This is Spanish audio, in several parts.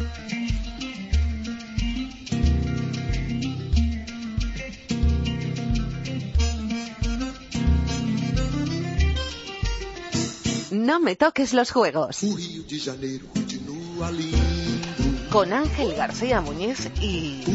No me toques los juegos. Con Ángel García Muñiz y...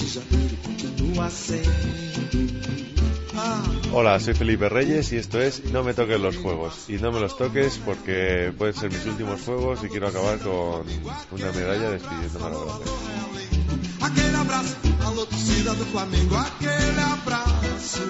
Hola, soy Felipe Reyes y esto es No me toques los juegos. Y no me los toques porque pueden ser mis últimos juegos y quiero acabar con una medalla despidiéndome a la verdad. Aquel abrazo a la torcida do Flamengo, aquel abrazo.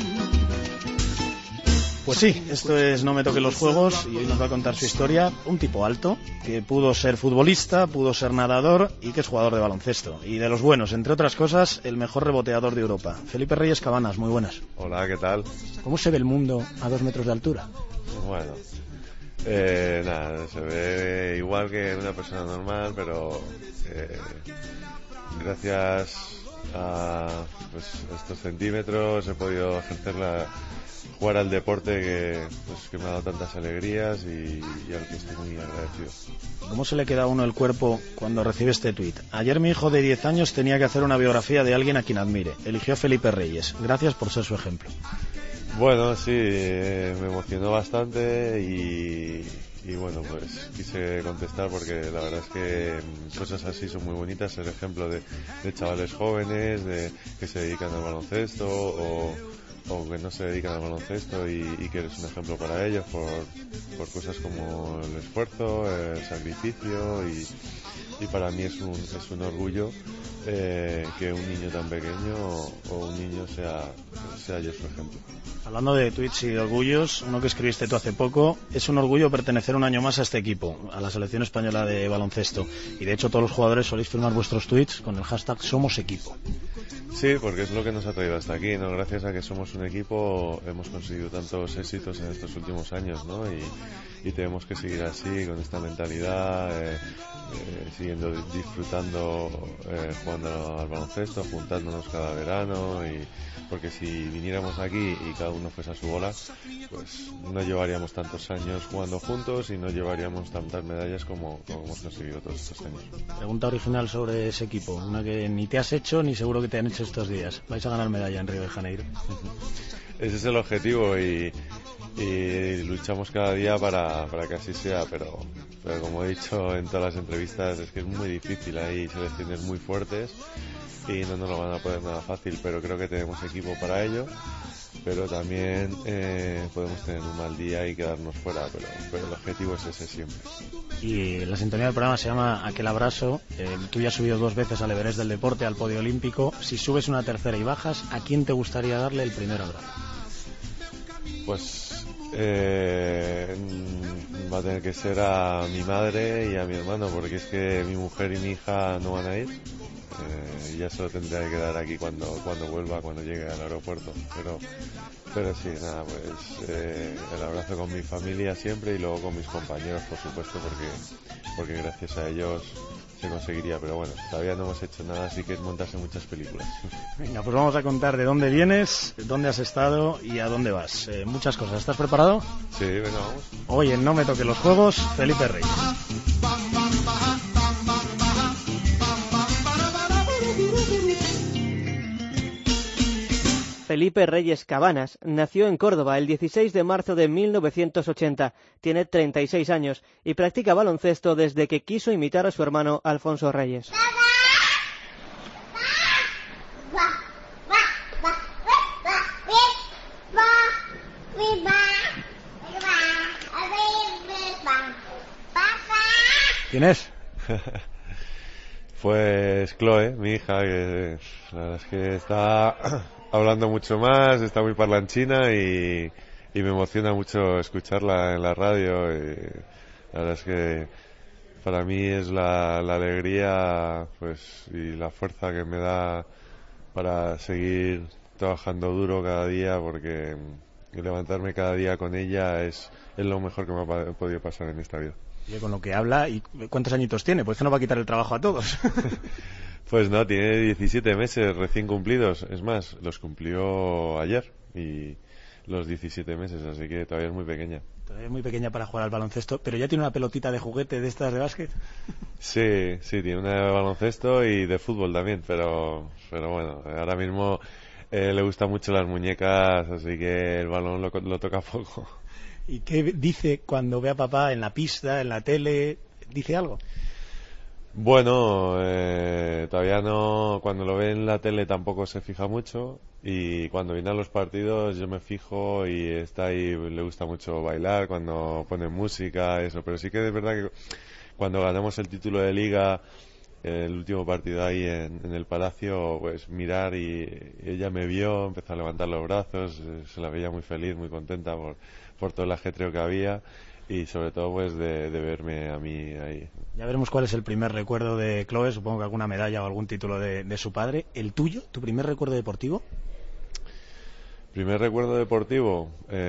Pues sí, esto es No me toquen los juegos y hoy nos va a contar su historia un tipo alto que pudo ser futbolista, pudo ser nadador y que es jugador de baloncesto. Y de los buenos, entre otras cosas, el mejor reboteador de Europa. Felipe Reyes Cabanas, muy buenas. Hola, ¿qué tal? ¿Cómo se ve el mundo a 2 metros de altura? Bueno, nada, se ve igual que una persona normal, pero gracias a estos centímetros he podido ejercer jugar al deporte que me ha dado tantas alegrías y al que estoy muy agradecido. ¿Cómo se le queda a uno el cuerpo cuando recibe este tuit? Ayer mi hijo de 10 años tenía que hacer una biografía de alguien a quien admire. Eligió a Felipe Reyes. Gracias por ser su ejemplo. Bueno, sí, me emocionó bastante y bueno, pues quise contestar porque la verdad es que cosas así son muy bonitas, el ejemplo de chavales jóvenes que se dedican al baloncesto o que no se dedican al baloncesto y que eres un ejemplo para ellos por cosas como el esfuerzo, el sacrificio y para mí es un orgullo que un niño tan pequeño o un niño sea yo su ejemplo. Hablando de tweets y de orgullos, uno que escribiste tú hace poco, es un orgullo pertenecer un año más a este equipo, a la selección española de baloncesto. Y de hecho todos los jugadores soléis firmar vuestros tweets con el hashtag Somos Equipo. Sí, porque es lo que nos ha traído hasta aquí, ¿no? Gracias a que somos un equipo hemos conseguido tantos éxitos en estos últimos años, ¿no? Y tenemos que seguir así, con esta mentalidad, siguiendo disfrutando, jugando al baloncesto, juntándonos cada verano porque si viniéramos aquí y cada uno fuese a su bola, pues no llevaríamos tantos años jugando juntos y no llevaríamos tantas medallas como hemos conseguido todos estos años. Pregunta original sobre ese equipo, una que ni te has hecho ni seguro que te han hecho estos días. Vais a ganar medalla en Río de Janeiro. Ese es el objetivo y luchamos cada día para que así sea, pero como he dicho en todas las entrevistas, es que es muy difícil, hay selecciones muy fuertes y no nos lo van a poner nada fácil, pero creo que tenemos equipo para ello, pero también podemos tener un mal día y quedarnos fuera, pero el objetivo es ese siempre. Y la sintonía del programa se llama Aquel abrazo. Tú ya has subido 2 veces al Everest del deporte, al podio olímpico. Si subes una tercera y bajas, ¿a quién te gustaría darle el primer abrazo? Pues va a tener que ser a mi madre y a mi hermano, porque es que mi mujer y mi hija no van a ir. Ya se lo tendré que dar aquí cuando vuelva, cuando llegue al aeropuerto. Pero sí, nada, pues el abrazo con mi familia siempre y luego con mis compañeros, por supuesto, porque gracias a ellos se conseguiría. Pero bueno, todavía no hemos hecho nada, así que es montarse muchas películas. Venga, pues vamos a contar de dónde vienes, dónde has estado y a dónde vas. Muchas cosas. ¿Estás preparado? Sí, venga, vamos. Hoy en No me toquen los juegos, Felipe Reyes. Felipe Reyes Cabanas nació en Córdoba el 16 de marzo de 1980. Tiene 36 años y practica baloncesto desde que quiso imitar a su hermano Alfonso Reyes. ¿Quién es? Pues Chloe, mi hija, que la verdad es que está hablando mucho más, está muy parlanchina y me emociona mucho escucharla en la radio. La verdad es que para mí es la alegría, pues, y la fuerza que me da para seguir trabajando duro cada día, porque levantarme cada día con ella es lo mejor que me ha podido pasar en esta vida. Oye, con lo que habla, ¿y cuántos añitos tiene? Pues que no va a quitar el trabajo a todos. Pues no, tiene 17 meses recién cumplidos. Es más, los cumplió ayer y los 17 meses, así que todavía es muy pequeña. Es muy pequeña para jugar al baloncesto, pero ya tiene una pelotita de juguete de estas de básquet. Sí, tiene una de baloncesto y de fútbol también, pero bueno, ahora mismo le gustan mucho las muñecas, así que el balón lo toca poco. ¿Y qué dice cuando ve a papá en la pista, en la tele? ¿Dice algo? Bueno, todavía no, cuando lo ve en la tele tampoco se fija mucho, y cuando viene a los partidos yo me fijo y está ahí, le gusta mucho bailar cuando pone música, eso, pero sí que es verdad que cuando ganamos el título de liga, el último partido ahí en el Palacio, pues mirar, y ella me vio, empezó a levantar los brazos, se la veía muy feliz, muy contenta por todo el ajetreo que había, y sobre todo pues de verme a mí ahí. Ya veremos cuál es el primer recuerdo de Chloe, supongo que alguna medalla o algún título de su padre. ¿El tuyo? ¿Tu primer recuerdo deportivo? Primer recuerdo deportivo,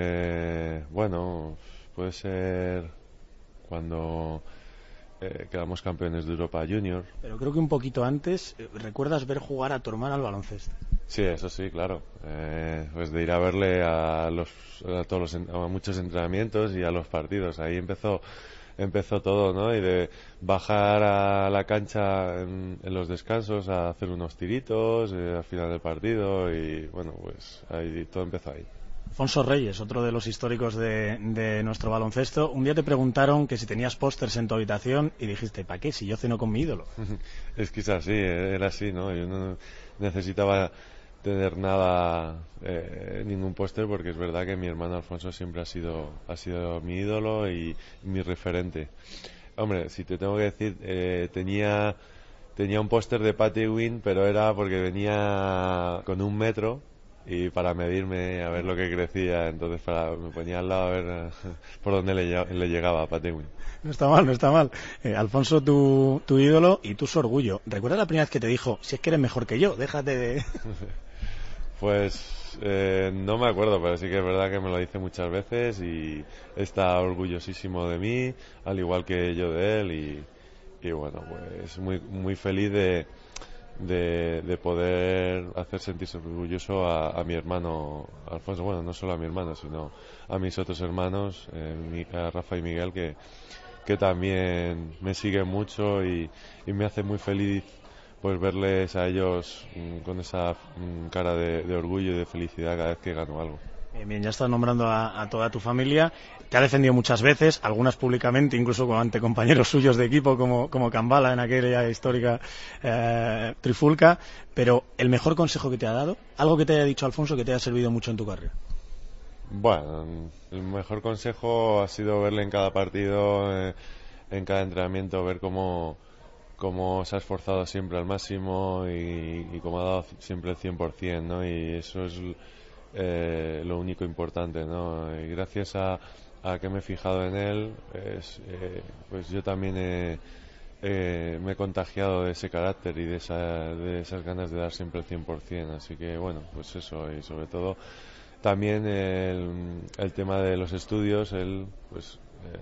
bueno, puede ser cuando quedamos campeones de Europa Junior. Pero creo que un poquito antes, ¿recuerdas ver jugar a tu hermano al baloncesto? Sí, eso sí, claro. Pues de ir a verle a muchos entrenamientos y a los partidos. Ahí empezó todo, ¿no? Y de bajar a la cancha en los descansos a hacer unos tiritos al final del partido, y bueno, pues ahí todo empezó ahí. Alfonso Reyes, otro de los históricos de nuestro baloncesto. Un día te preguntaron que si tenías pósters en tu habitación y dijiste, ¿para qué? Si yo ceno con mi ídolo. Es que es así, era así, ¿no? Yo no necesitaba tener nada, ningún póster, porque es verdad que mi hermano Alfonso siempre ha sido mi ídolo y mi referente. Hombre, si te tengo que decir, tenía un póster de Pat Ewing, pero era porque venía con 1 metro, y para medirme a ver lo que crecía, entonces me ponía al lado a ver por dónde le llegaba a Pat Ewing. No está mal, no está mal. Alfonso, tu ídolo y tu orgullo. ¿Recuerdas la primera vez que te dijo, si es que eres mejor que yo, déjate de...? Pues no me acuerdo, pero sí que es verdad que me lo dice muchas veces y está orgullosísimo de mí, al igual que yo de él, y bueno, pues muy feliz de poder hacer sentirse orgulloso a mi hermano Alfonso. Bueno, no solo a mi hermano, sino a mis otros hermanos, a Rafa y Miguel, que también me siguen mucho, y me hace muy feliz pues verles a ellos con esa cara de orgullo y de felicidad cada vez que gano algo. Bien, ya estás nombrando a toda tu familia. Te ha defendido muchas veces, algunas públicamente, incluso ante compañeros suyos de equipo como Cambala en aquella histórica trifulca. Pero el mejor consejo que te ha dado, algo que te haya dicho Alfonso que te haya servido mucho en tu carrera. Bueno, el mejor consejo ha sido verle en cada partido, en cada entrenamiento, ver cómo se ha esforzado siempre al máximo y cómo ha dado siempre el 100%, ¿no? Y eso es lo único importante, ¿no? Y gracias a que me he fijado en él, pues yo también me he contagiado de ese carácter y de esas ganas de dar siempre el 100%. Así que bueno, pues eso, y sobre todo también el tema de los estudios. Él pues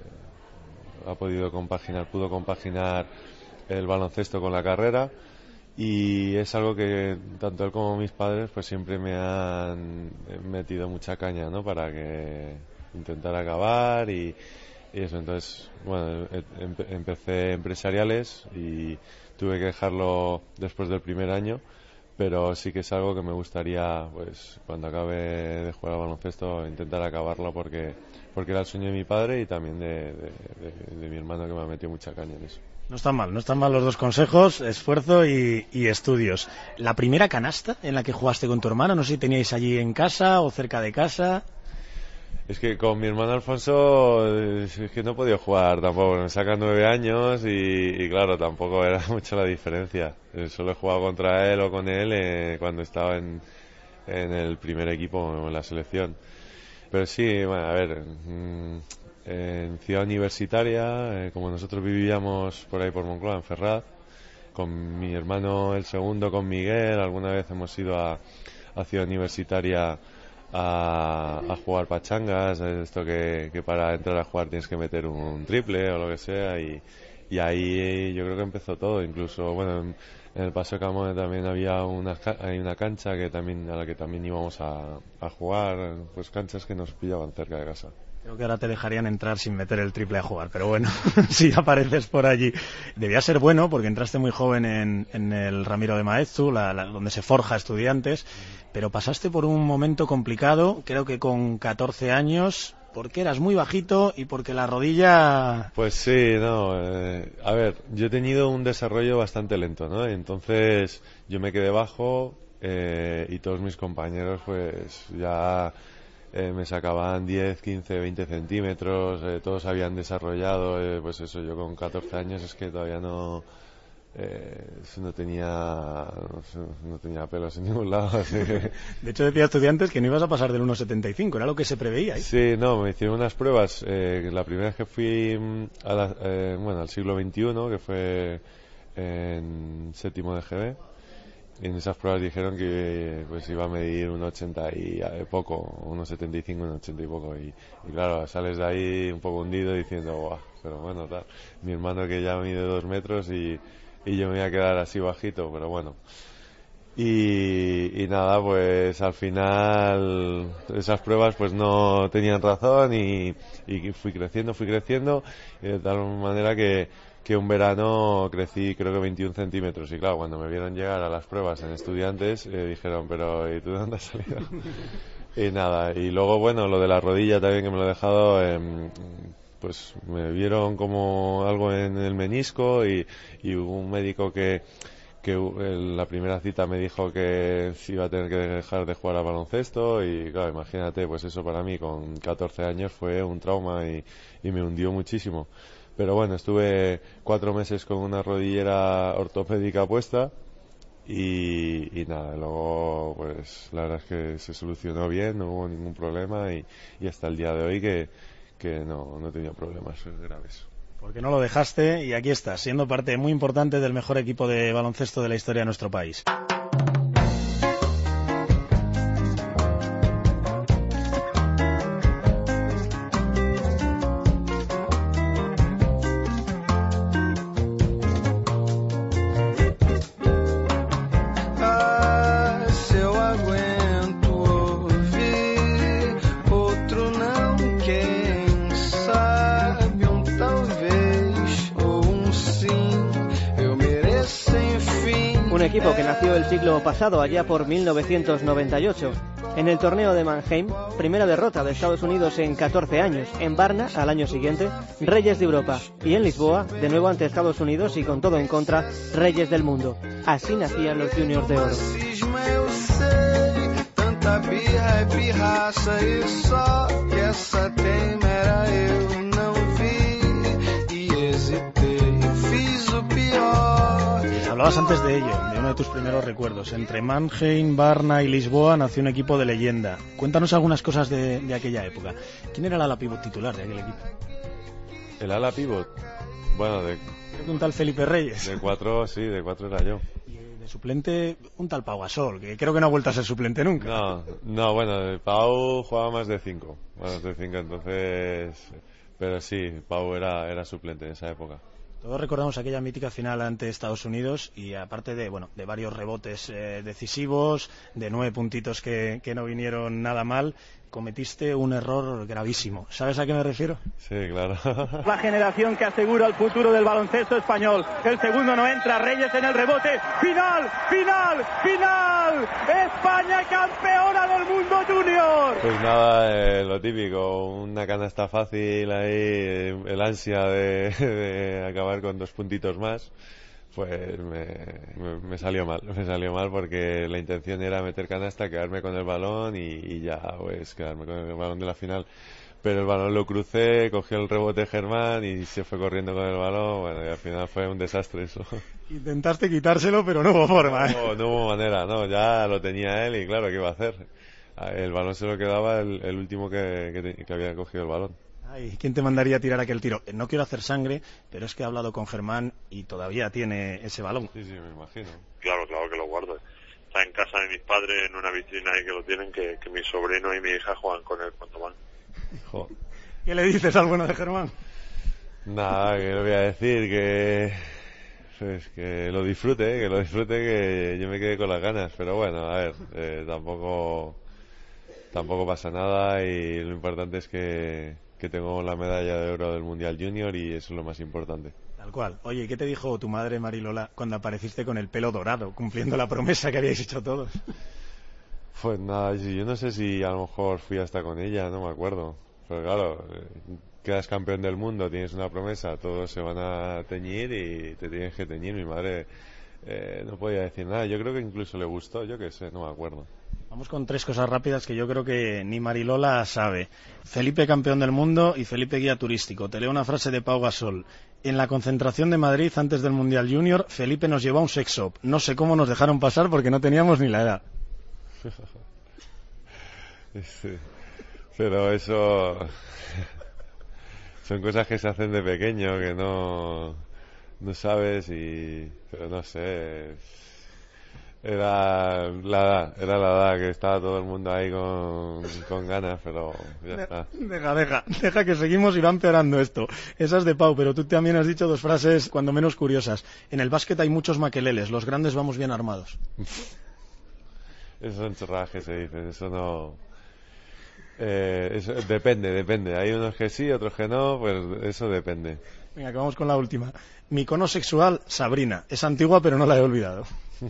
pudo compaginar el baloncesto con la carrera, y es algo que tanto él como mis padres pues siempre me han metido mucha caña, ¿no? Para que intentara acabar y eso. Entonces, bueno, empecé empresariales y tuve que dejarlo después del primer año, pero sí que es algo que me gustaría, pues cuando acabe de jugar al baloncesto, intentar acabarlo, porque era el sueño de mi padre y también de mi hermano, que me ha metido mucha caña en eso. No están mal los dos consejos, esfuerzo y estudios. La primera canasta en la que jugaste con tu hermano, no sé si teníais allí en casa o cerca de casa. Es que con mi hermano Alfonso es que no he podido jugar tampoco, me saca 9 años y claro, tampoco era mucha la diferencia. Solo he jugado contra él o con él cuando estaba en el primer equipo o en la selección. Pero sí, bueno, a ver, en Ciudad Universitaria, como nosotros vivíamos por ahí por Moncloa, en Ferraz, con mi hermano el segundo, con Miguel, alguna vez hemos ido a Ciudad Universitaria a jugar pachangas, esto que para entrar a jugar tienes que meter un triple o lo que sea, y ahí yo creo que empezó todo. Incluso, bueno, en el Paseo Camone también había una cancha a la que también íbamos a jugar, pues canchas que nos pillaban cerca de casa. Creo que ahora te dejarían entrar sin meter el triple a jugar, pero bueno, si apareces por allí. Debía ser bueno porque entraste muy joven en el Ramiro de Maeztu, donde se forja estudiantes, pero pasaste por un momento complicado, creo que con 14 años, porque eras muy bajito y porque la rodilla... Pues sí, no, a ver, yo he tenido un desarrollo bastante lento, ¿no? Entonces yo me quedé bajo y todos mis compañeros pues ya... me sacaban 10, 15, 20 centímetros, todos habían desarrollado, pues eso, yo con 14 años es que todavía no tenía pelos en ningún lado. Así que... De hecho decía estudiantes que no ibas a pasar del 1,75, era lo que se preveía. Sí, no, me hicieron unas pruebas, la primera vez que fui al siglo XXI, que fue en séptimo de GB. En esas pruebas dijeron que pues iba a medir 1,80 y poco, 1,75, 1,80 y poco. Y claro, sales de ahí un poco hundido diciendo, guau, pero bueno, tal. Mi hermano que ya mide 2 metros y yo me voy a quedar así bajito, pero bueno. Y nada, pues al final esas pruebas pues no tenían razón y fui creciendo de tal manera que un verano crecí creo que 21 centímetros y claro, cuando me vieron llegar a las pruebas en estudiantes dijeron, pero ¿y tú de dónde has salido? Y nada, y luego bueno, lo de la rodilla también que me lo he dejado, pues me vieron como algo en el menisco y hubo un médico que en la primera cita me dijo que iba a tener que dejar de jugar al baloncesto y claro, imagínate, pues eso para mí con 14 años fue un trauma y me hundió muchísimo. Pero bueno, estuve 4 meses con una rodillera ortopédica puesta y nada, luego pues la verdad es que se solucionó bien, no hubo ningún problema y hasta el día de hoy que no he tenido problemas graves. Porque no lo dejaste y aquí estás, siendo parte muy importante del mejor equipo de baloncesto de la historia de nuestro país. Equipo que nació el siglo pasado, allá por 1998. En el torneo de Mannheim, primera derrota de Estados Unidos en 14 años. En Varna, al año siguiente, Reyes de Europa. Y en Lisboa, de nuevo ante Estados Unidos y con todo en contra, Reyes del Mundo. Así nacían los Juniors de Oro. Hablabas antes de ello, de uno de tus primeros recuerdos. Entre Mannheim, Varna y Lisboa nació un equipo de leyenda. Cuéntanos algunas cosas de aquella época. ¿Quién era el ala pívot titular de aquel equipo? ¿El ala pívot? Bueno, creo que un tal Felipe Reyes. De 4 era yo. Y de suplente un tal Pau Gasol, que creo que no ha vuelto a ser suplente nunca. No, bueno, Pau jugaba más de 5. Bueno, de 5 entonces... Pero sí, Pau era suplente en esa época. Todos recordamos aquella mítica final ante Estados Unidos y aparte de varios rebotes decisivos, de 9 puntitos que no vinieron nada mal, cometiste un error gravísimo. ¿Sabes a qué me refiero? Sí, claro. La generación que asegura el futuro del baloncesto español. El segundo no entra, Reyes en el rebote. ¡Final! ¡España campeona del mundo junior! Pues nada, lo típico, una canasta fácil ahí, el ansia de acabar con 2 puntitos más. Pues me salió mal porque la intención era meter canasta, quedarme con el balón y ya pues quedarme con el balón de la final, pero el balón lo crucé, cogió el rebote Germán y se fue corriendo con el balón, bueno, y al final fue un desastre eso. Intentaste quitárselo pero no hubo forma, ¿eh? No hubo manera, ya lo tenía él y claro, ¿qué iba a hacer? El balón se lo quedaba el último que había cogido el balón. Ay, ¿quién te mandaría a tirar aquel tiro? No quiero hacer sangre, pero es que he hablado con Germán y todavía tiene ese balón. Sí, me imagino. Claro que lo guardo. Está en casa de mis padres, en una vitrina ahí que lo tienen, que mi sobrino y mi hija juegan con él cuando van. Joder. ¿Qué le dices al bueno de Germán? Nada, que le voy a decir que lo disfrute, que yo me quedé con las ganas, pero bueno, a ver, tampoco pasa nada y lo importante es que que tengo la medalla de oro del Mundial Junior y eso es lo más importante. Tal cual. Oye, ¿qué te dijo tu madre, Marilola, cuando apareciste con el pelo dorado, cumpliendo la promesa que habíais hecho todos? Pues nada, yo no sé si a lo mejor fui hasta con ella, no me acuerdo. Pero claro, quedas campeón del mundo, tienes una promesa, todos se van a teñir y te tienes que teñir. Mi madre no podía decir nada. Yo creo que incluso le gustó, yo qué sé, no me acuerdo. Vamos con 3 cosas rápidas que yo creo que ni Marilola sabe. Felipe campeón del mundo y Felipe guía turístico. Te leo una frase de Pau Gasol. En la concentración de Madrid antes del Mundial Junior, Felipe nos llevó a un sex shop. No sé cómo nos dejaron pasar porque no teníamos ni la edad. Sí. Pero eso son cosas que se hacen de pequeño que no sabes pero no sé. Era la edad que estaba todo el mundo ahí con ganas, pero ya está. Deja que seguimos y va empeorando esto. Esa es de Pau, pero tú también has dicho 2 frases cuando menos curiosas. En el básquet hay muchos maqueleles, los grandes vamos bien armados. Eso son chorradas que se dicen, eso no... eso depende. Hay unos que sí, otros que no, pues eso depende. Venga, que vamos con la última. Mi icono sexual, Sabrina. Es antigua, pero no la he olvidado.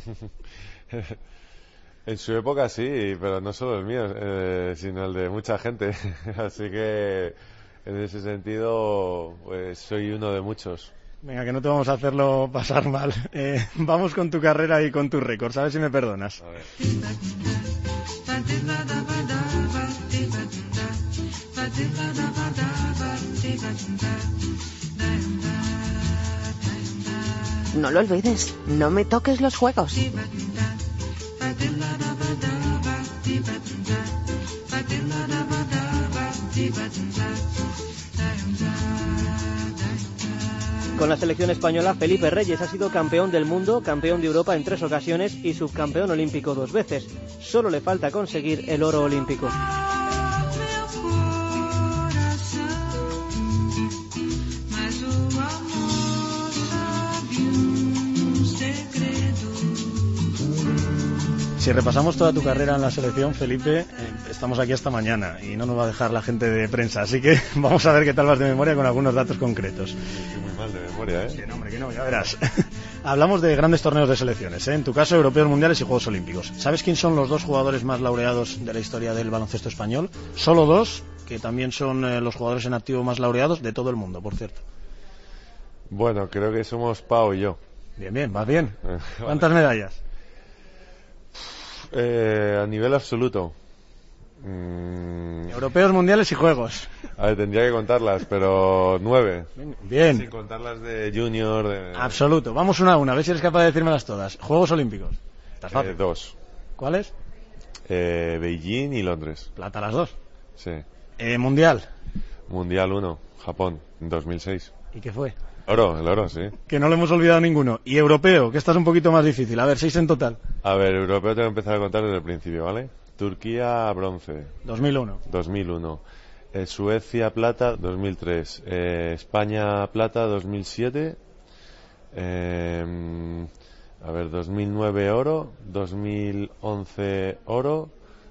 En su época sí, pero no solo el mío, sino el de mucha gente. Así que en ese sentido, pues soy uno de muchos. Venga, que no te vamos a hacerlo pasar mal. Vamos con tu carrera y con tus récords, a ver si me perdonas. A ver. No lo olvides, no me toques los juegos. Con la selección española, Felipe Reyes ha sido campeón del mundo, campeón de Europa en 3 ocasiones y subcampeón olímpico 2 veces. Solo le falta conseguir el oro olímpico. Si repasamos toda tu carrera en la selección, Felipe, estamos aquí hasta mañana y no nos va a dejar la gente de prensa, así que vamos a ver qué tal vas de memoria con algunos datos concretos. Estoy muy mal de memoria, ¿eh? Que no, hombre, que no, ya verás. Hablamos de grandes torneos de selecciones, ¿eh? En tu caso, europeos, mundiales y Juegos Olímpicos. ¿Sabes quién son los 2 jugadores más laureados de la historia del baloncesto español? Solo 2, que también son los jugadores en activo más laureados de todo el mundo, por cierto. Bueno, creo que somos Pau y yo. Bien, vas bien. ¿Cuántas medallas? A nivel absoluto. Europeos, mundiales y juegos. A ver, tendría que contarlas, pero 9. Bien. Sin contar las de Junior. Absoluto. Vamos una a una, a ver si eres capaz de decírmelas todas. Juegos Olímpicos. 2. ¿Cuáles? Beijing y Londres. Plata las 2. Sí. Mundial. Mundial 1, Japón, en 2006. ¿Y qué fue? El oro, sí. Que no lo hemos olvidado ninguno. Y europeo, que esta es un poquito más difícil. A ver, 6 en total. A ver, europeo tengo que empezar a contar desde el principio, ¿vale? Turquía, bronce. 2001. Suecia, plata, 2003. España, plata, 2007. 2009, oro. 2011, oro.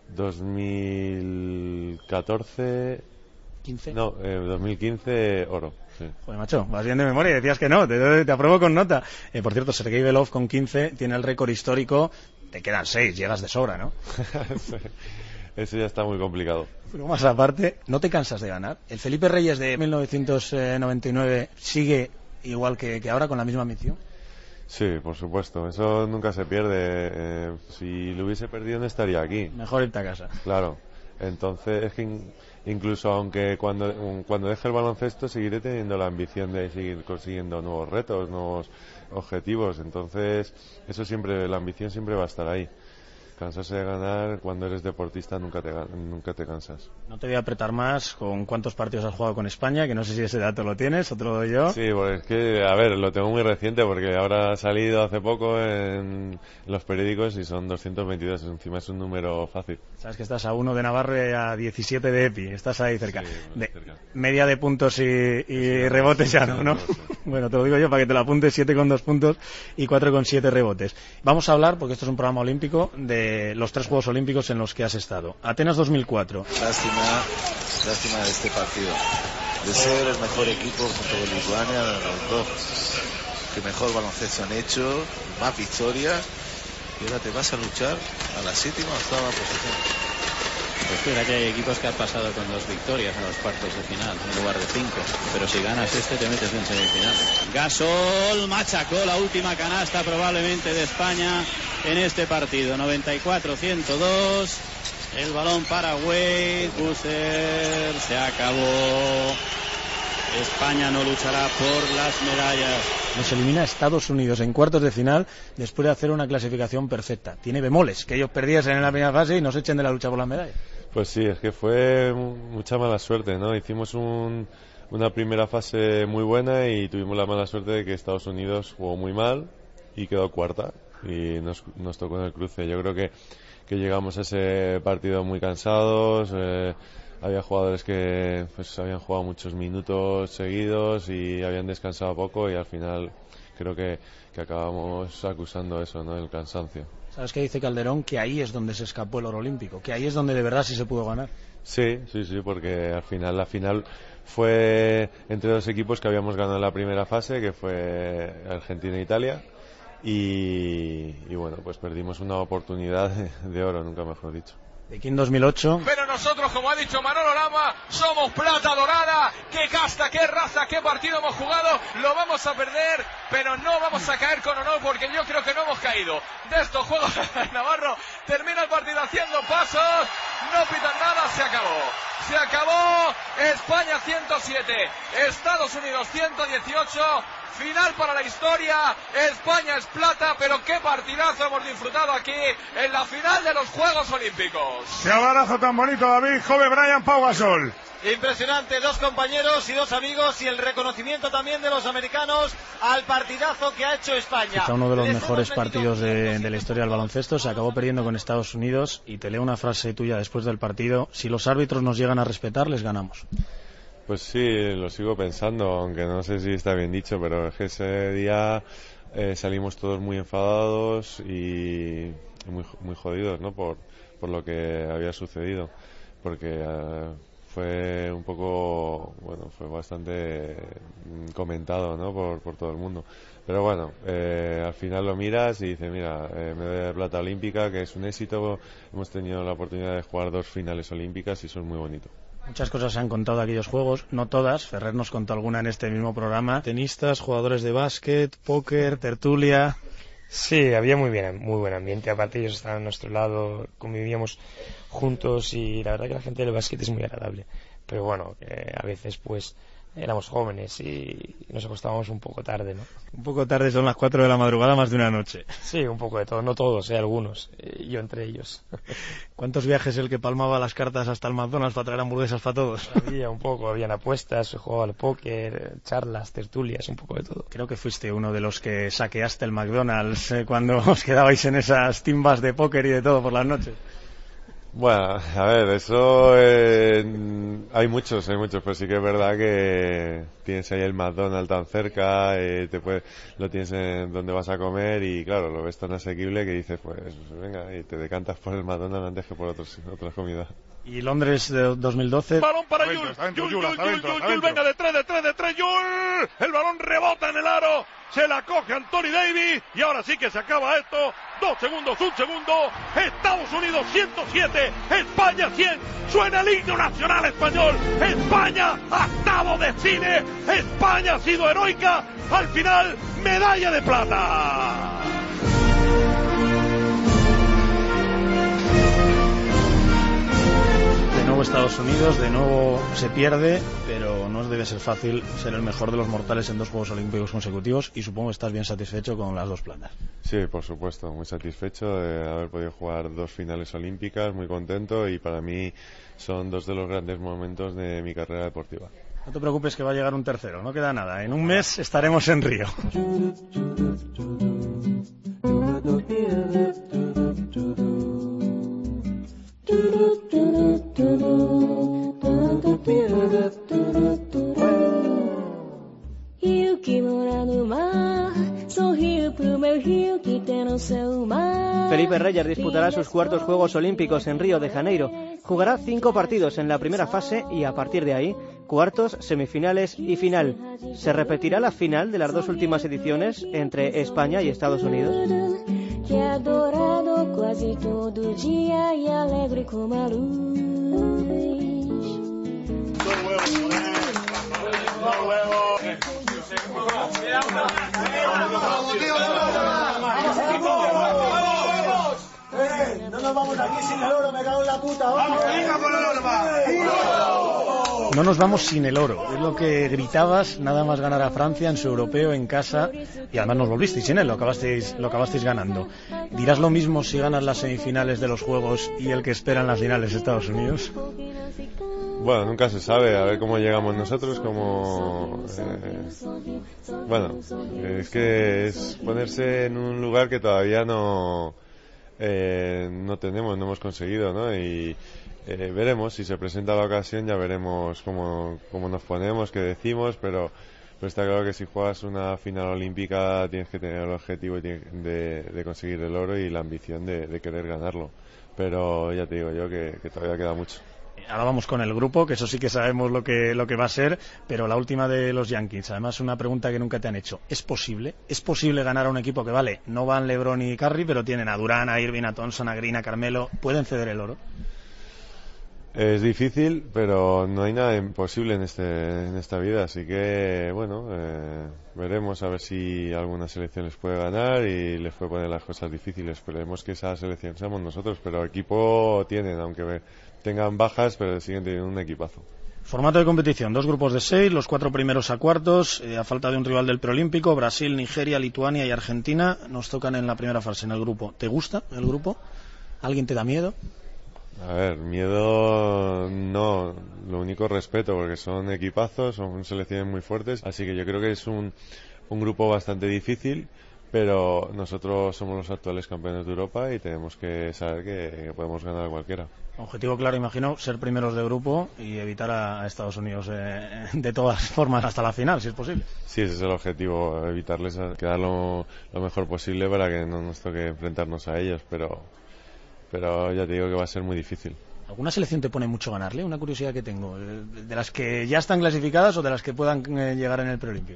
2014... 15. No, 2015, oro. Sí. Joder, macho, vas bien de memoria y decías que no, te apruebo con nota. Por cierto, Sergei Belov con 15 tiene el récord histórico. Te quedan 6, llegas de sobra, ¿no? Sí. Eso ya está muy complicado. Pero más aparte, ¿no te cansas de ganar? ¿El Felipe Reyes de 1999 sigue igual que ahora con la misma ambición? Sí, por supuesto, eso nunca se pierde. Si lo hubiese perdido no estaría aquí. Mejor irte a casa. Claro, entonces es que incluso aunque cuando deje el baloncesto seguiré teniendo la ambición de seguir consiguiendo nuevos retos, nuevos objetivos, entonces eso siempre, la ambición siempre va a estar ahí. Cansarse de ganar, cuando eres deportista nunca te cansas. No te voy a apretar más con cuántos partidos has jugado con España, que no sé si ese dato lo tienes o te lo doy yo. Sí, pues es que, a ver, lo tengo muy reciente porque ahora ha salido hace poco en los periódicos y son 222, encima es un número fácil. Sabes que estás a 1 de Navarro y a 17 de EPI, estás ahí cerca. Sí, cerca. Media de puntos y rebotes ya no, ¿no? Bueno, te lo digo yo para que te lo apuntes, 7 con 2 puntos y 4 con 7 rebotes. Vamos a hablar, porque esto es un programa olímpico, de los 3 Juegos Olímpicos en los que has estado. Atenas 2004. Lástima lástima de este partido. De ser el mejor equipo junto con Lituania, los dos que mejor baloncesto han hecho, más victorias, y ahora te vas a luchar a la 7ª o 8ª posición. Pues mira que hay equipos que han pasado con 2 victorias a los cuartos de final en lugar de 5, pero si ganas te metes en semifinal. Gasol machacó la última canasta probablemente de España en este partido, 94-102. El balón para Wade, Busser, se acabó. España no luchará por las medallas. Nos elimina Estados Unidos en cuartos de final después de hacer una clasificación perfecta. Tiene bemoles, que ellos perdiesen en la primera fase y nos echen de la lucha por las medallas. Pues sí, es que fue mucha mala suerte, ¿no? Hicimos una primera fase muy buena y tuvimos la mala suerte de que Estados Unidos jugó muy mal y quedó cuarta y nos tocó en el cruce. Yo creo que llegamos a ese partido muy cansados. Había jugadores que pues habían jugado muchos minutos seguidos y habían descansado poco y al final creo que acabamos acusando eso, ¿no? El cansancio. ¿Sabes qué dice Calderón? Que ahí es donde se escapó el oro olímpico, que ahí es donde de verdad sí se pudo ganar. Sí, porque al final la final fue entre 2 equipos que habíamos ganado en la primera fase, que fue Argentina e Italia, y bueno, pues perdimos una oportunidad de oro, nunca mejor dicho. Pekín 2008. Pero nosotros, como ha dicho Manolo Lama, somos plata dorada. Qué casta, qué raza, qué partido hemos jugado. Lo vamos a perder, pero no vamos a caer con honor porque yo creo que no hemos caído. De estos juegos, Navarro termina el partido haciendo pasos. No pitan nada, se acabó. Se acabó. España 107, Estados Unidos 118. Final para la historia. España es plata, pero qué partidazo hemos disfrutado aquí en la final de los Juegos Olímpicos. Qué abrazo tan bonito, David. Joven Brian Pau Gasol. Impresionante, 2 compañeros y 2 amigos y el reconocimiento también de los americanos al partidazo que ha hecho España. Quizá uno de los mejores partidos de la historia del baloncesto. Se acabó perdiendo con Estados Unidos y te leo una frase tuya después del partido: si los árbitros nos llegan a respetar, les ganamos. Pues sí, lo sigo pensando, aunque no sé si está bien dicho, pero es que ese día salimos todos muy enfadados y muy jodidos, ¿no? Por lo que había sucedido, porque fue un poco, bueno, fue bastante comentado, ¿no? Por todo el mundo. Pero bueno, al final lo miras y dices, mira, medalla de plata olímpica, que es un éxito. Hemos tenido la oportunidad de jugar 2 finales olímpicas y eso es muy bonito. Muchas cosas se han contado de aquellos juegos, no todas. Ferrer nos contó alguna en este mismo programa. Tenistas, jugadores de básquet, póker, tertulia. Sí, había muy buen ambiente. Aparte ellos estaban a nuestro lado, convivíamos juntos y la verdad que la gente del básquet es muy agradable. Pero bueno, a veces pues éramos jóvenes y nos acostábamos un poco tarde, ¿no? Un poco tarde, son las 4 de la madrugada, más de una noche. Sí, un poco de todo, no todos, algunos, yo entre ellos. ¿Cuántos viajes el que palmaba las cartas hasta el McDonald's para traer hamburguesas para todos? Había un poco, habían apuestas, se jugaba al póker, charlas, tertulias, un poco de todo. Creo que fuiste uno de los que saqueaste el McDonald's cuando os quedabais en esas timbas de póker y de todo por las noches. Bueno, a ver, eso hay muchos, pero sí que es verdad que tienes ahí el McDonald's tan cerca, lo tienes en donde vas a comer y claro, lo ves tan asequible que dices, pues venga, y te decantas por el McDonald's antes que por otras comidas. Y Londres de 2012. Balón para Jules, venga de tres, Jules, el balón rebota en el aro, se la coge Anthony Davis y ahora sí que se acaba esto. 2 segundos, 1 segundo. Estados Unidos 107, España 100. Suena el himno nacional español. España ha estado de cine. España ha sido heroica. Al final, medalla de plata. De nuevo Estados Unidos, de nuevo se pierde, pero no debe ser fácil ser el mejor de los mortales en 2 Juegos Olímpicos consecutivos y supongo que estás bien satisfecho con las 2 platas. Sí, por supuesto, muy satisfecho de haber podido jugar 2 finales olímpicas, muy contento y para mí son 2 de los grandes momentos de mi carrera deportiva. No te preocupes que va a llegar un tercero, no queda nada, en un mes estaremos en Río. Rio que mora no mar, sorriu pro meu rio que Felipe Reyes disputará sus cuartos Juegos Olímpicos en Río de Janeiro. Jugará 5 partidos en la primera fase y a partir de ahí, cuartos, semifinales y final. Se repetirá la final de las 2 últimas ediciones entre España y Estados Unidos. No nos vamos aquí sin el oro, me cago en la puta. No nos vamos sin el oro, es lo que gritabas nada más ganar a Francia en su europeo en casa, y además nos volvisteis sin él, lo acabasteis ganando. ¿Dirás lo mismo si ganas las semifinales de los Juegos y el que espera en las finales Estados Unidos? Bueno, nunca se sabe, a ver cómo llegamos nosotros, bueno, es que es ponerse en un lugar que todavía no hemos conseguido, ¿no? Y veremos, si se presenta la ocasión ya veremos cómo nos ponemos, qué decimos, pero está claro que si juegas una final olímpica tienes que tener el objetivo de conseguir el oro y la ambición de querer ganarlo, pero ya te digo yo que todavía queda mucho. Ahora vamos con el grupo, que eso sí que sabemos lo que va a ser, pero la última de los Yankees, además una pregunta que nunca te han hecho. ¿Es posible ganar a un equipo que, vale, no van LeBron y Curry, pero tienen a Durant, a Irving, a Thompson, a Green, a Carmelo? ¿Pueden ceder el oro? Es difícil, pero no hay nada imposible en esta vida, así que, bueno, veremos a ver si alguna selección les puede ganar y les puede poner las cosas difíciles. Esperemos que esa selección seamos nosotros, pero equipo tienen, aunque tengan bajas, pero siguen teniendo un equipazo. Formato de competición, 2 grupos de 6, los 4 primeros a cuartos, a falta de un rival del preolímpico, Brasil, Nigeria, Lituania y Argentina nos tocan en la primera fase en el grupo. ¿Te gusta el grupo? ¿Alguien te da miedo? A ver, miedo no, lo único respeto, porque son equipazos, son selecciones muy fuertes, así que yo creo que es un grupo bastante difícil, pero nosotros somos los actuales campeones de Europa y tenemos que saber que podemos ganar a cualquiera. Objetivo claro, imagino, ser primeros de grupo y evitar a Estados Unidos de todas formas hasta la final, si es posible. Sí, ese es el objetivo, evitarles quedar lo mejor posible para que no nos toque enfrentarnos a ellos, pero ya te digo que va a ser muy difícil. ¿Alguna selección te pone mucho ganarle? Una curiosidad que tengo, ¿de las que ya están clasificadas o de las que puedan llegar en el preolímpico?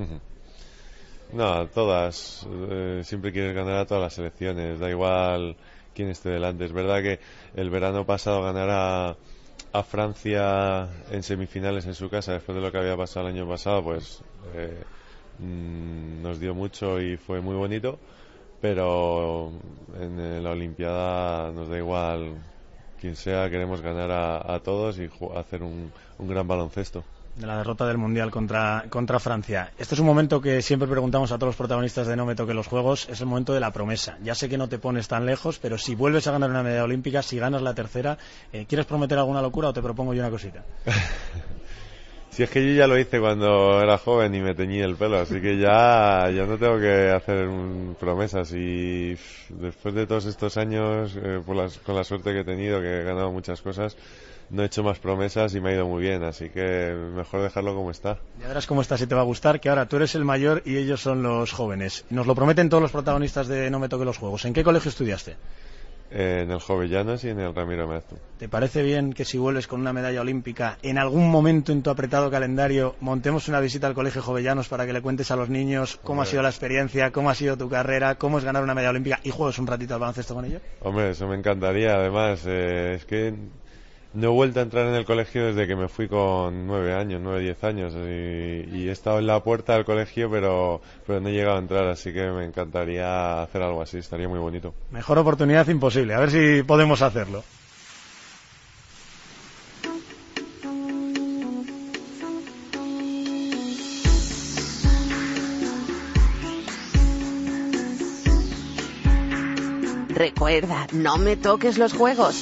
No, todas. Siempre quieres ganar a todas las selecciones, da igual quién esté delante. Es verdad que el verano pasado ganar a Francia en semifinales en su casa, después de lo que había pasado el año pasado, pues nos dio mucho y fue muy bonito, pero en la Olimpiada nos da igual quien sea, queremos ganar a todos y hacer un gran baloncesto. De la derrota del Mundial contra Francia. Este es un momento que siempre preguntamos a todos los protagonistas de No me toque los Juegos, es el momento de la promesa. Ya sé que no te pones tan lejos, pero si vuelves a ganar una medalla olímpica, si ganas la tercera, ¿quieres prometer alguna locura o te propongo yo una cosita? Si es que yo ya lo hice cuando era joven y me teñí el pelo, así que ya no tengo que hacer promesas, y después de todos estos años, con la suerte que he tenido, que he ganado muchas cosas, no he hecho más promesas y me ha ido muy bien, así que mejor dejarlo como está. Ya verás cómo está, si te va a gustar, que ahora tú eres el mayor y ellos son los jóvenes. Nos lo prometen todos los protagonistas de No me toque los Juegos. ¿En qué colegio estudiaste? En el Jovellanos y en el Ramiro Maeztu. ¿Te parece bien que si vuelves con una medalla olímpica, en algún momento en tu apretado calendario, montemos una visita al Colegio Jovellanos para que le cuentes a los niños cómo ha sido la experiencia, cómo ha sido tu carrera, cómo es ganar una medalla olímpica y juegues un ratito al baloncesto con ellos? Hombre, eso me encantaría. Además, es que no he vuelto a entrar en el colegio desde que me fui con 10 años y he estado en la puerta del colegio, pero no he llegado a entrar, así que me encantaría hacer algo así, estaría muy bonito. Mejor oportunidad imposible, a ver si podemos hacerlo. Recuerda, no me toques los juegos.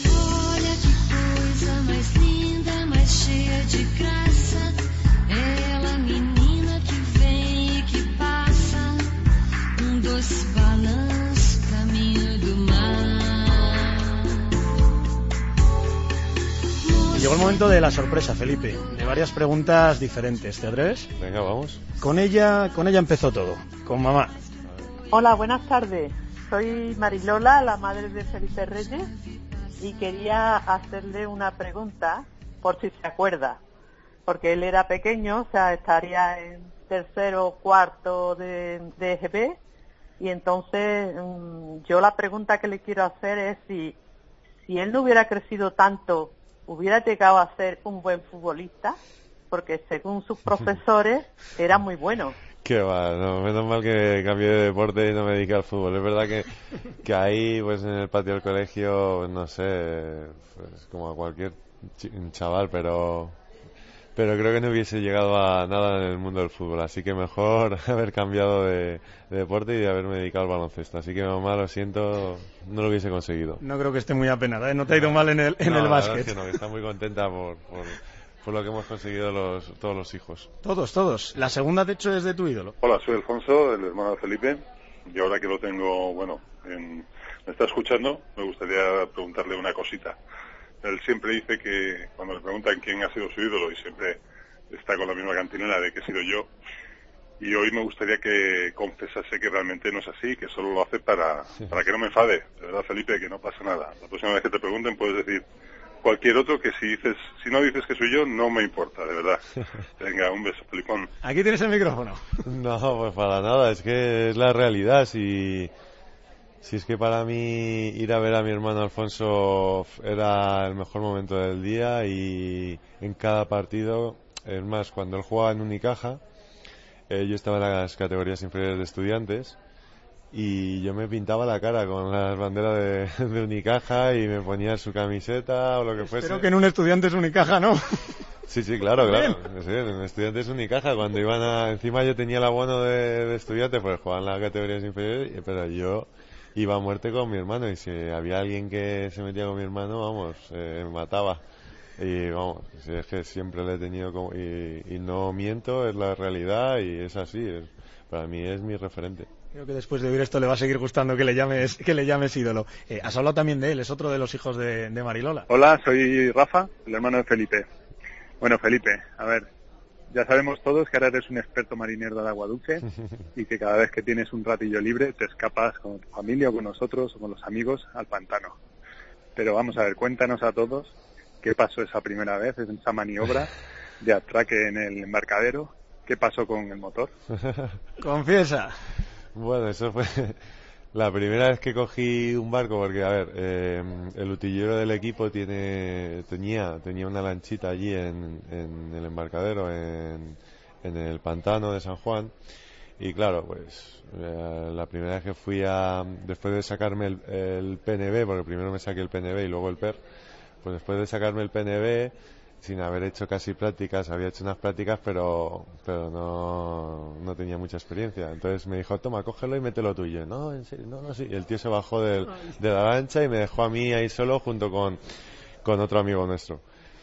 Llegó el momento de la sorpresa, Felipe, de varias preguntas diferentes. ¿Te atreves? Venga, vamos. Con ella empezó todo, con mamá. Hola, buenas tardes. Soy Marilola, la madre de Felipe Reyes, y quería hacerle una pregunta, por si se acuerda, porque él era pequeño, o sea, estaría en tercero o cuarto de EGB, y entonces yo la pregunta que le quiero hacer es si él no hubiera crecido tanto, hubiera llegado a ser un buen futbolista, porque según sus profesores era muy bueno. Qué va, no, menos mal que cambié de deporte y no me dediqué al fútbol. Es verdad que ahí, pues en el patio del colegio, no sé, pues como a cualquier chaval, pero creo que no hubiese llegado a nada en el mundo del fútbol. Así que mejor haber cambiado de deporte y de haberme dedicado al baloncesto. Así que mamá, lo siento, no lo hubiese conseguido. No creo que esté muy apenada, ¿eh? No te ha ido mal en el básquet. Es que no, que está muy contenta por lo que hemos conseguido todos los hijos. Todos. La segunda, de hecho, es de tu ídolo. Hola, soy Alfonso, el hermano de Felipe, y ahora que lo tengo, me está escuchando, me gustaría preguntarle una cosita. Él siempre dice que cuando le preguntan quién ha sido su ídolo, y siempre está con la misma cantinela de que he sido yo, y hoy me gustaría que confesase que realmente no es así, que solo lo hace para que no me enfade. De verdad, Felipe, que no pasa nada. La próxima vez que te pregunten puedes decir cualquier otro, que si no dices que soy yo, no me importa, de verdad. Venga, un beso, Felipón. Aquí tienes el micrófono. No, pues para nada, es que es la realidad. Si es que para mí ir a ver a mi hermano Alfonso era el mejor momento del día, y en cada partido, es más, cuando él jugaba en Unicaja, yo estaba en las categorías inferiores de estudiantes, y yo me pintaba la cara con las banderas de Unicaja y me ponía su camiseta o lo que fuese. Espero que en un Estudiantes Unicaja, ¿no? Sí, claro. Sí, en Estudiantes Unicaja, cuando iban encima yo tenía el abono de estudiante, pues jugaban las categorías inferiores, pero yo iba a muerte con mi hermano, y si había alguien que se metía con mi hermano, me mataba. Y es que siempre le he tenido y no miento, es la realidad y es así, para mí es mi referente. Creo que después de oír esto le va a seguir gustando que le llames ídolo. Has hablado también de él, es otro de los hijos de Marilola. Hola, soy Rafa, el hermano de Felipe. Bueno, Felipe, a ver, ya sabemos todos que ahora eres un experto marinero de agua dulce y que cada vez que tienes un ratillo libre te escapas con tu familia o con nosotros o con los amigos al pantano. Pero vamos a ver, cuéntanos a todos qué pasó esa primera vez, en esa maniobra de atraque en el embarcadero. ¿Qué pasó con el motor? Confiesa. Bueno, eso fue la primera vez que cogí un barco, porque, a ver, el utillero del equipo tenía una lanchita allí en el embarcadero, en el pantano de San Juan, y claro, pues la primera vez que fui después de sacarme el PNB, porque primero me saqué el PNB y luego el PER, pues después de sacarme el PNB, sin haber hecho casi prácticas, había hecho unas prácticas, pero no tenía mucha experiencia. Entonces me dijo, toma, cógelo y mételo tuyo. No, en serio, no, sí. Y el tío se bajó de la lancha y me dejó a mí ahí solo junto con otro amigo nuestro.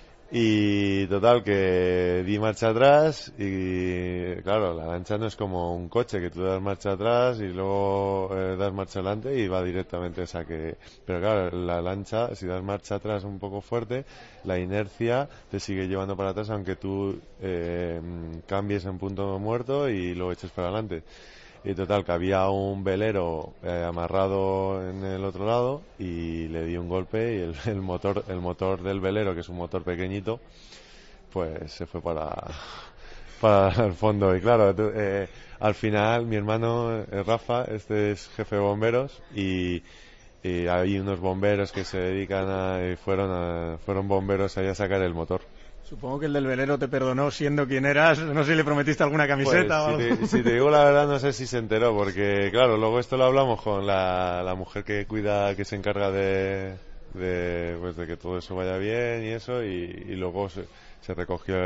Y total, que di marcha atrás y claro, la lancha no es como un coche que tú das marcha atrás y luego das marcha adelante y va directamente a saque. Pero claro, la lancha, si das marcha atrás un poco fuerte, la inercia te sigue llevando para atrás aunque tú cambies en punto muerto y lo eches para adelante. Y total, que había un velero amarrado en el otro lado y le di un golpe y el motor del velero, que es un motor pequeñito, pues se fue para el fondo. Y claro, al final mi hermano Rafa, este es jefe de bomberos y hay unos bomberos que se dedican y fueron bomberos ahí a sacar el motor. Supongo que el del velero te perdonó siendo quien eras, no sé si le prometiste alguna camiseta pues, o algo. Si te digo la verdad, no sé si se enteró, porque claro, luego esto lo hablamos con la mujer que se encarga de que todo eso vaya bien y eso, y luego se recogió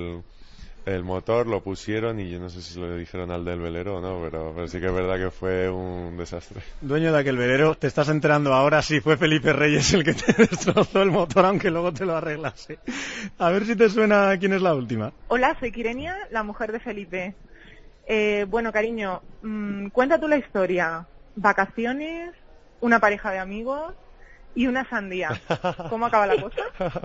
el motor, lo pusieron y yo no sé si lo dijeron al del velero o no, pero sí que es verdad que fue un desastre. Dueño de aquel velero, te estás enterando ahora si fue Felipe Reyes el que te destrozó el motor, aunque luego te lo arreglase. A ver si te suena quién es la última. Hola, soy Kirenia, la mujer de Felipe. Bueno, cariño, cuenta tú la historia. Vacaciones, una pareja de amigos y una sandía. ¿Cómo acaba la cosa?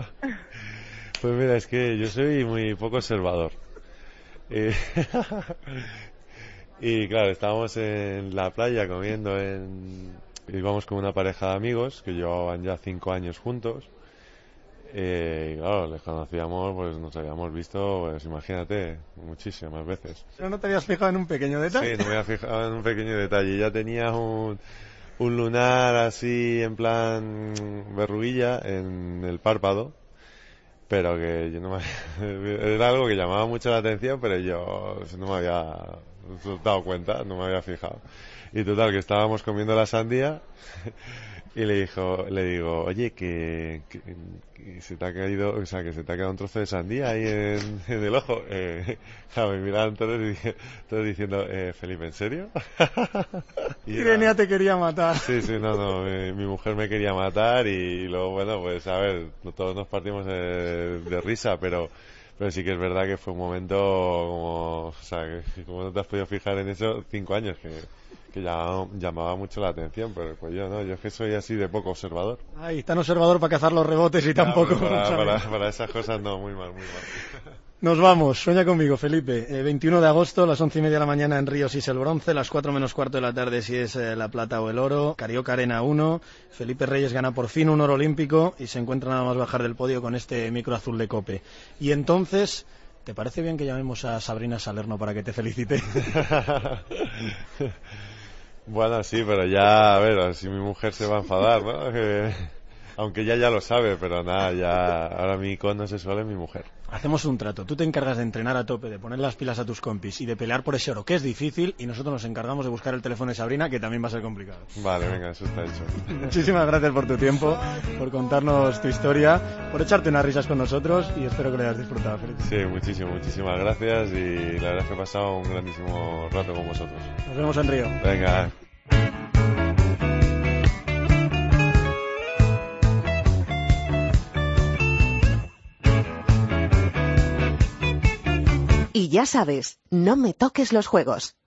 Pues mira, es que yo soy muy poco observador. Y claro, estábamos en la playa comiendo íbamos con una pareja de amigos que llevaban ya 5 años juntos. Y claro, les conocíamos, pues nos habíamos visto, pues imagínate, muchísimas veces. ¿Pero no te habías fijado en un pequeño detalle? Sí, no me había fijado en un pequeño detalle. Ya tenía un lunar así en plan verruguilla en el párpado, pero que yo no era algo que llamaba mucho la atención, pero yo no me había dado cuenta, no me había fijado. Y total, que estábamos comiendo la sandía y le digo, oye, que se te ha caído, o sea, que se te ha quedado un trozo de sandía ahí en el ojo. Me miraban todos diciendo, Felipe, ¿en serio? Irene te quería matar. Sí, no, mi mujer me quería matar y luego, bueno, pues a ver, todos nos partimos de risa, pero sí que es verdad que fue un momento como, o sea, que como no te has podido fijar en eso, 5 años, que llamaba mucho la atención, pero pues yo es que soy así de poco observador. Ay, tan observador para cazar los rebotes y tampoco... Para esas cosas no, muy mal. Nos vamos, sueña conmigo, Felipe. 21 de agosto, las 11:30 de la mañana en Río si es el bronce, las 4 menos cuarto de la tarde si es la plata o el oro. Carioca Arena 1, Felipe Reyes gana por fin un oro olímpico y se encuentra nada más bajar del podio con este micro azul de COPE. Y entonces, ¿te parece bien que llamemos a Sabrina Salerno para que te felicite? Bueno, sí, pero ya, a ver, así mi mujer se va a enfadar, ¿no? Aunque ya lo sabe, pero nada, ya ahora mi icono sexual es mi mujer. Hacemos un trato, tú te encargas de entrenar a tope, de poner las pilas a tus compis y de pelear por ese oro, que es difícil, y nosotros nos encargamos de buscar el teléfono de Sabrina, que también va a ser complicado. Vale, venga, eso está hecho. Muchísimas gracias por tu tiempo, por contarnos tu historia, por echarte unas risas con nosotros y espero que lo hayas disfrutado, Felipe. Sí, muchísimas gracias y la verdad es que he pasado un grandísimo rato con vosotros. Nos vemos en Río. Venga. Y ya sabes, no me toques los juegos.